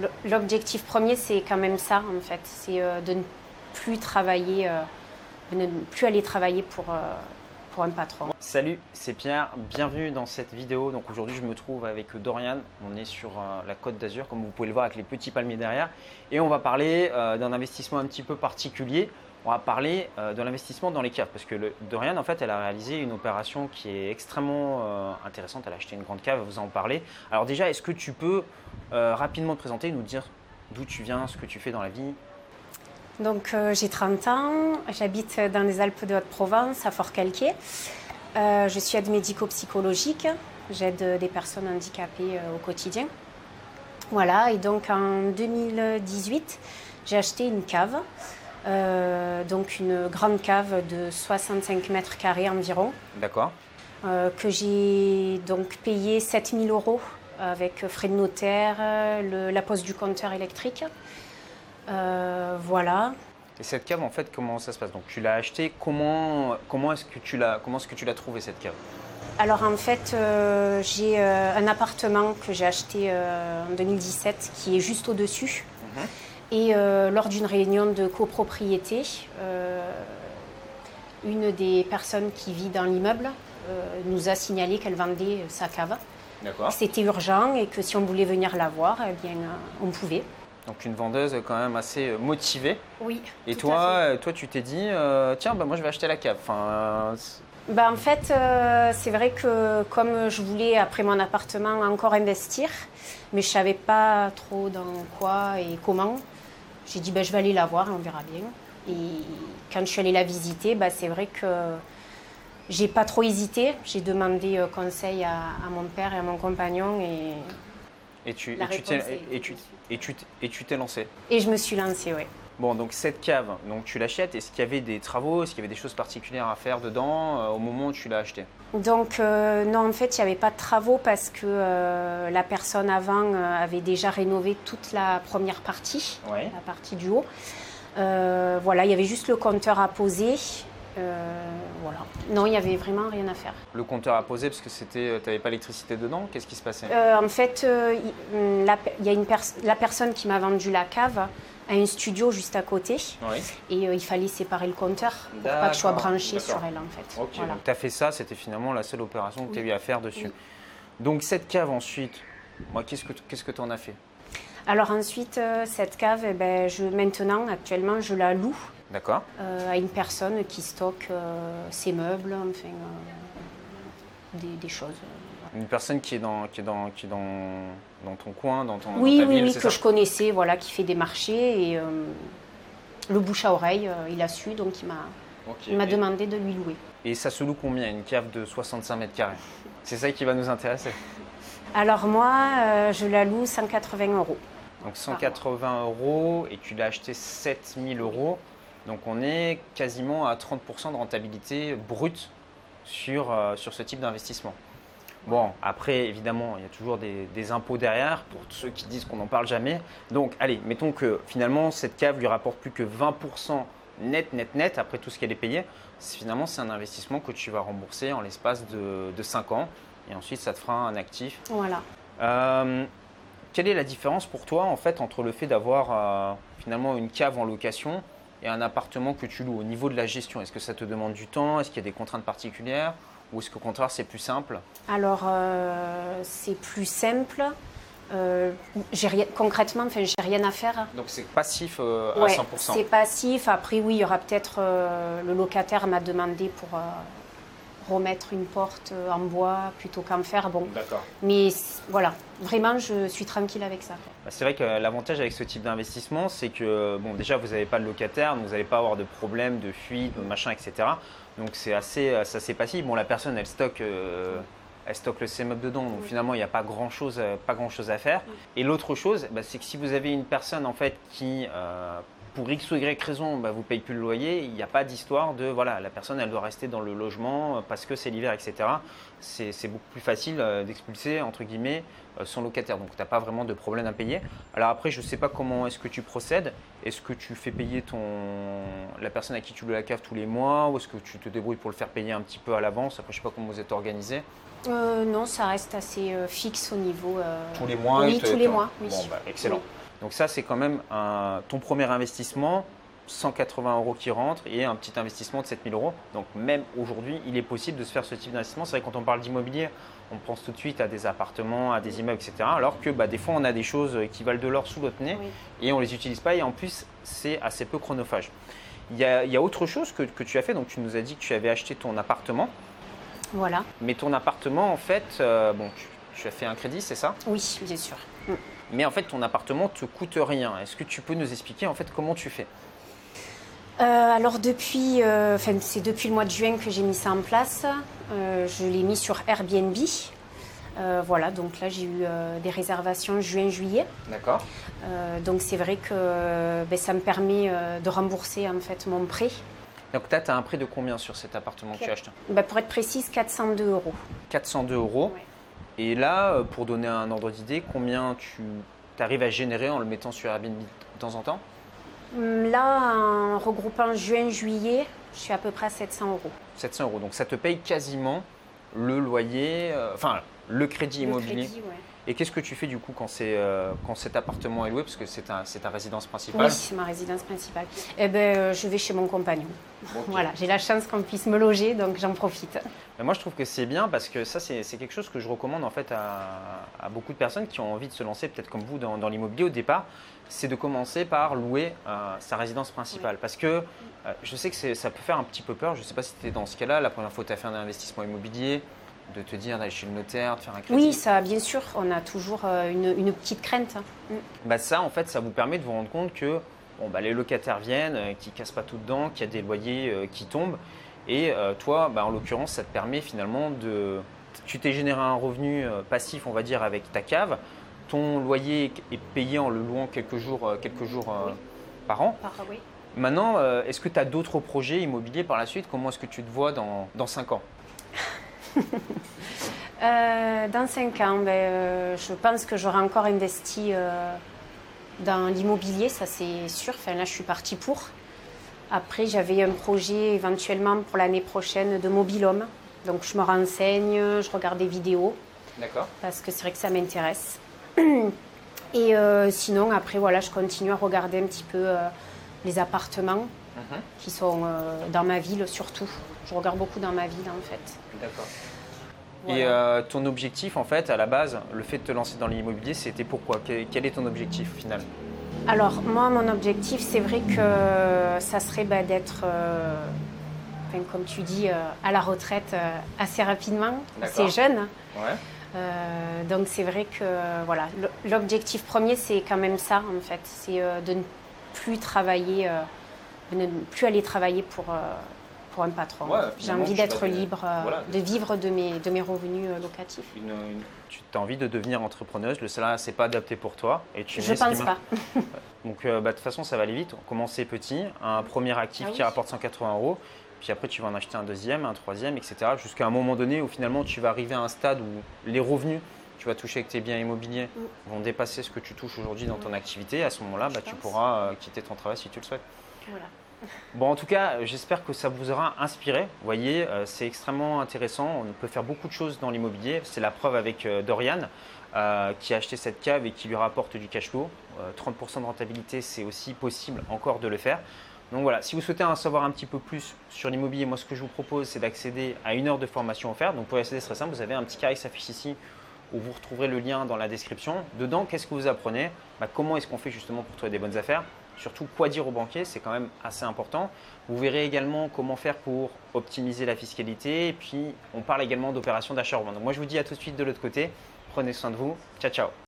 l'objectif premier, c'est quand même ça, en fait. C'est de ne plus travailler, de ne plus aller travailler pour un patron. Salut, c'est Pierre. Bienvenue dans cette vidéo. Donc aujourd'hui, je me trouve avec Dorian. On est sur la Côte d'Azur, comme vous pouvez le voir avec les petits palmiers derrière. Et on va parler d'un investissement un petit peu particulier. On va parler de l'investissement dans les caves parce que Dorian, en fait, elle a réalisé une opération qui est extrêmement intéressante. Elle a acheté une grande cave, elle vous en parler. Alors déjà, est-ce que tu peux rapidement te présenter et nous dire d'où tu viens, ce que tu fais dans la vie? Donc j'ai 30 ans, j'habite dans les Alpes de Haute-Provence, à Forcalquier. Je suis aide médico-psychologique, j'aide des personnes handicapées au quotidien. Voilà, et donc en 2018, j'ai acheté une cave, donc une grande cave de 65 mètres carrés environ. D'accord. Que j'ai donc payé 7 000 € avec frais de notaire, la pose du compteur électrique. Voilà. Et cette cave, en fait, comment ça se passe? Donc tu l'as achetée, comment est-ce que tu l'as trouvée cette cave? Alors en fait, j'ai un appartement que j'ai acheté en 2017 qui est juste au-dessus. Et lors d'une réunion de copropriété, une des personnes qui vit dans l'immeuble nous a signalé qu'elle vendait sa cave. D'accord. C'était urgent et que si on voulait venir la voir, eh bien, on pouvait. Donc une vendeuse quand même assez motivée. Oui. Et toi, tu t'es dit, tiens, moi je vais acheter la cave. En fait, c'est vrai que comme je voulais, après mon appartement, encore investir, mais je ne savais pas trop dans quoi et comment, j'ai dit je vais aller la voir et on verra bien. Et quand je suis allée la visiter, c'est vrai que j'ai pas trop hésité. J'ai demandé conseil à mon père et à mon compagnon Et tu t'es lancé. Et je me suis lancée, oui. Bon, donc cette cave, donc tu l'achètes. Est-ce qu'il y avait des travaux, est-ce qu'il y avait des choses particulières à faire dedans au moment où tu l'as acheté? Donc non, en fait, il n'y avait pas de travaux parce que la personne avant avait déjà rénové toute la première partie, ouais. La partie du haut. Voilà, il y avait juste le compteur à poser. Voilà. Non, il n'y avait vraiment rien à faire. Le compteur à poser parce que tu n'avais pas l'électricité dedans? Qu'est-ce qui se passait? En fait, il y a la personne qui m'a vendu la cave a un studio juste à côté. Oui. Et il fallait séparer le compteur pour pas que je sois branchée sur elle en fait. Ok, voilà. Donc tu as fait ça, c'était finalement la seule opération que tu as eu à faire dessus. Oui. Donc cette cave ensuite, qu'est-ce que tu en as fait? Alors ensuite, cette cave, maintenant, actuellement, je la loue. D'accord. À une personne qui stocke ses meubles, enfin, des choses. Une personne qui est dans ton coin, dans ta ville, oui, que je connaissais, voilà, qui fait des marchés et le bouche à oreille, il a su, donc il m'a demandé de lui louer. Et ça se loue combien, une cave de 65 mètres carrés? C'est ça qui va nous intéresser. Alors moi, je la loue 180 €. Donc 180 € et tu l'as acheté 7 000 €. Donc on est quasiment à 30% de rentabilité brute sur ce type d'investissement. Bon, après évidemment, il y a toujours des impôts derrière pour ceux qui disent qu'on n'en parle jamais. Donc allez, mettons que finalement cette cave lui rapporte plus que 20% net après tout ce qu'elle est payée. Finalement, c'est un investissement que tu vas rembourser en l'espace de 5 ans et ensuite ça te fera un actif. Voilà. Quelle est la différence pour toi en fait entre le fait d'avoir finalement une cave en location et un appartement que tu loues au niveau de la gestion? Est-ce que ça te demande du temps? Est-ce qu'il y a des contraintes particulières? Ou est-ce qu'au contraire c'est plus simple? Alors c'est plus simple. Concrètement, j'ai rien à faire. Donc c'est passif à 100%. C'est passif. Après oui, il y aura peut-être le locataire m'a demandé pour remettre une porte en bois plutôt qu'en fer. Bon. D'accord. Mais voilà, vraiment je suis tranquille avec ça. C'est vrai que l'avantage avec ce type d'investissement, c'est que déjà vous n'avez pas de locataire, donc vous n'allez pas avoir de problème, de fuite, de machin, etc. Donc c'est assez passif. Bon, la personne elle stocke ses meubles dedans, donc finalement il n'y a pas grand chose à faire. Et l'autre chose, c'est que si vous avez une personne en fait qui pour X ou Y raison, vous ne payez plus le loyer, il n'y a pas d'histoire de la personne elle doit rester dans le logement parce que c'est l'hiver, etc. C'est beaucoup plus facile d'expulser entre guillemets son locataire. Donc tu n'as pas vraiment de problème à payer. Alors après, je ne sais pas comment est-ce que tu procèdes. Est-ce que tu fais payer la personne à qui tu loues la cave tous les mois ou est-ce que tu te débrouilles pour le faire payer un petit peu à l'avance? Après, je ne sais pas comment vous êtes organisé. Non, ça reste assez fixe au niveau… Tous les mois? Oui, tous les mois. Oui. Bon, excellent. Oui. Donc ça, c'est quand même ton premier investissement, 180 € qui rentrent et un petit investissement de 7 000 €. Donc même aujourd'hui, il est possible de se faire ce type d'investissement. C'est vrai que quand on parle d'immobilier, on pense tout de suite à des appartements, à des immeubles, etc. Alors que des fois, on a des choses qui valent de l'or sous notre nez et on ne les utilise pas. Et en plus, c'est assez peu chronophage. Il y a autre chose que tu as fait. Donc tu nous as dit que tu avais acheté ton appartement. Voilà. Mais ton appartement, en fait, tu as fait un crédit, c'est ça? Oui, bien sûr. Mais en fait, ton appartement te coûte rien. Est-ce que tu peux nous expliquer en fait comment tu fais? Alors c'est depuis le mois de juin que j'ai mis ça en place. Je l'ai mis sur Airbnb. Voilà, donc là j'ai eu des réservations juin-juillet. D'accord. Donc c'est vrai que ça me permet de rembourser en fait mon prêt. Donc tu as un prêt de combien sur cet appartement que tu as acheté? Pour être précise, 402 €. 402 €. Ouais. Et là, pour donner un ordre d'idée, combien tu arrives à générer en le mettant sur Airbnb de temps en temps? Là, en regroupant juin-juillet, je suis à peu près à 700 €. 700 €. Donc ça te paye quasiment le loyer, le crédit immobilier. Crédit, ouais. Et qu'est-ce que tu fais du coup quand cet appartement est loué? Parce que c'est ta résidence principale. Oui, c'est ma résidence principale. Je vais chez mon compagnon. Okay. Voilà, j'ai la chance qu'on puisse me loger, donc j'en profite. Mais moi, je trouve que c'est bien parce que ça, c'est quelque chose que je recommande en fait à beaucoup de personnes qui ont envie de se lancer, peut-être comme vous, dans l'immobilier au départ. C'est de commencer par louer sa résidence principale. Oui. Parce que je sais que ça peut faire un petit peu peur. Je ne sais pas si tu étais dans ce cas-là, la première fois que tu as fait un investissement immobilier, de te dire d'aller chez le notaire, de faire un crédit. Oui, ça, bien sûr, on a toujours une petite crainte. Ça, en fait, ça vous permet de vous rendre compte que les locataires viennent, qu'ils ne cassent pas tout dedans, qu'il y a des loyers qui tombent. Et toi, en l'occurrence, ça te permet finalement tu t'es généré un revenu passif, on va dire, avec ta cave. Ton loyer est payé en le louant quelques jours par an. Oui. Maintenant, est-ce que tu as d'autres projets immobiliers par la suite? Comment est-ce que tu te vois dans 5 ans? Dans 5 ans, je pense que j'aurai encore investi dans l'immobilier, ça c'est sûr. Là, je suis partie pour. Après, j'avais un projet éventuellement pour l'année prochaine de mobil-home. Donc, je me renseigne, je regarde des vidéos. D'accord. Parce que c'est vrai que ça m'intéresse. Et sinon, après, voilà, je continue à regarder un petit peu les appartements qui sont dans ma ville surtout. Je regarde beaucoup dans ma ville, en fait. D'accord. Voilà. Et ton objectif, en fait, à la base, le fait de te lancer dans l'immobilier, c'était pourquoi? Quel est ton objectif final? Alors, moi, mon objectif, c'est vrai que ça serait d'être, comme tu dis, à la retraite assez rapidement, assez jeune. Ouais. Donc, c'est vrai que voilà, l'objectif premier, c'est quand même ça, en fait. C'est de ne plus travailler, de ne plus aller travailler pour un patron. Ouais, j'ai envie d'être libre, de vivre de mes revenus locatifs. Tu as envie de devenir entrepreneuse, le salariat, c'est pas adapté pour toi. Et je ne pense pas. Donc, de toute façon, ça va aller vite. Commencer petit, un premier actif qui rapporte 180 €, puis après, tu vas en acheter un deuxième, un troisième, etc. Jusqu'à un moment donné où finalement, tu vas arriver à un stade où les revenus que tu vas toucher avec tes biens immobiliers vont dépasser ce que tu touches aujourd'hui dans ton activité. Et à ce moment-là, tu pourras quitter ton travail si tu le souhaites. Voilà. Bon, en tout cas, j'espère que ça vous aura inspiré. Vous voyez, c'est extrêmement intéressant. On peut faire beaucoup de choses dans l'immobilier. C'est la preuve avec Dorian, qui a acheté cette cave et qui lui rapporte du cash flow. 30% de rentabilité, c'est aussi possible encore de le faire. Donc voilà, si vous souhaitez en savoir un petit peu plus sur l'immobilier, moi ce que je vous propose, c'est d'accéder à 1 heure de formation offerte. Donc pour y accéder, c'est très simple. Vous avez un petit carré qui s'affiche ici où vous retrouverez le lien dans la description. Dedans, qu'est-ce que vous apprenez? Comment est-ce qu'on fait justement pour trouver des bonnes affaires? Surtout, quoi dire aux banquiers, c'est quand même assez important. Vous verrez également comment faire pour optimiser la fiscalité. Et puis, on parle également d'opérations d'achat-revente. Donc moi, je vous dis à tout de suite de l'autre côté. Prenez soin de vous. Ciao, ciao.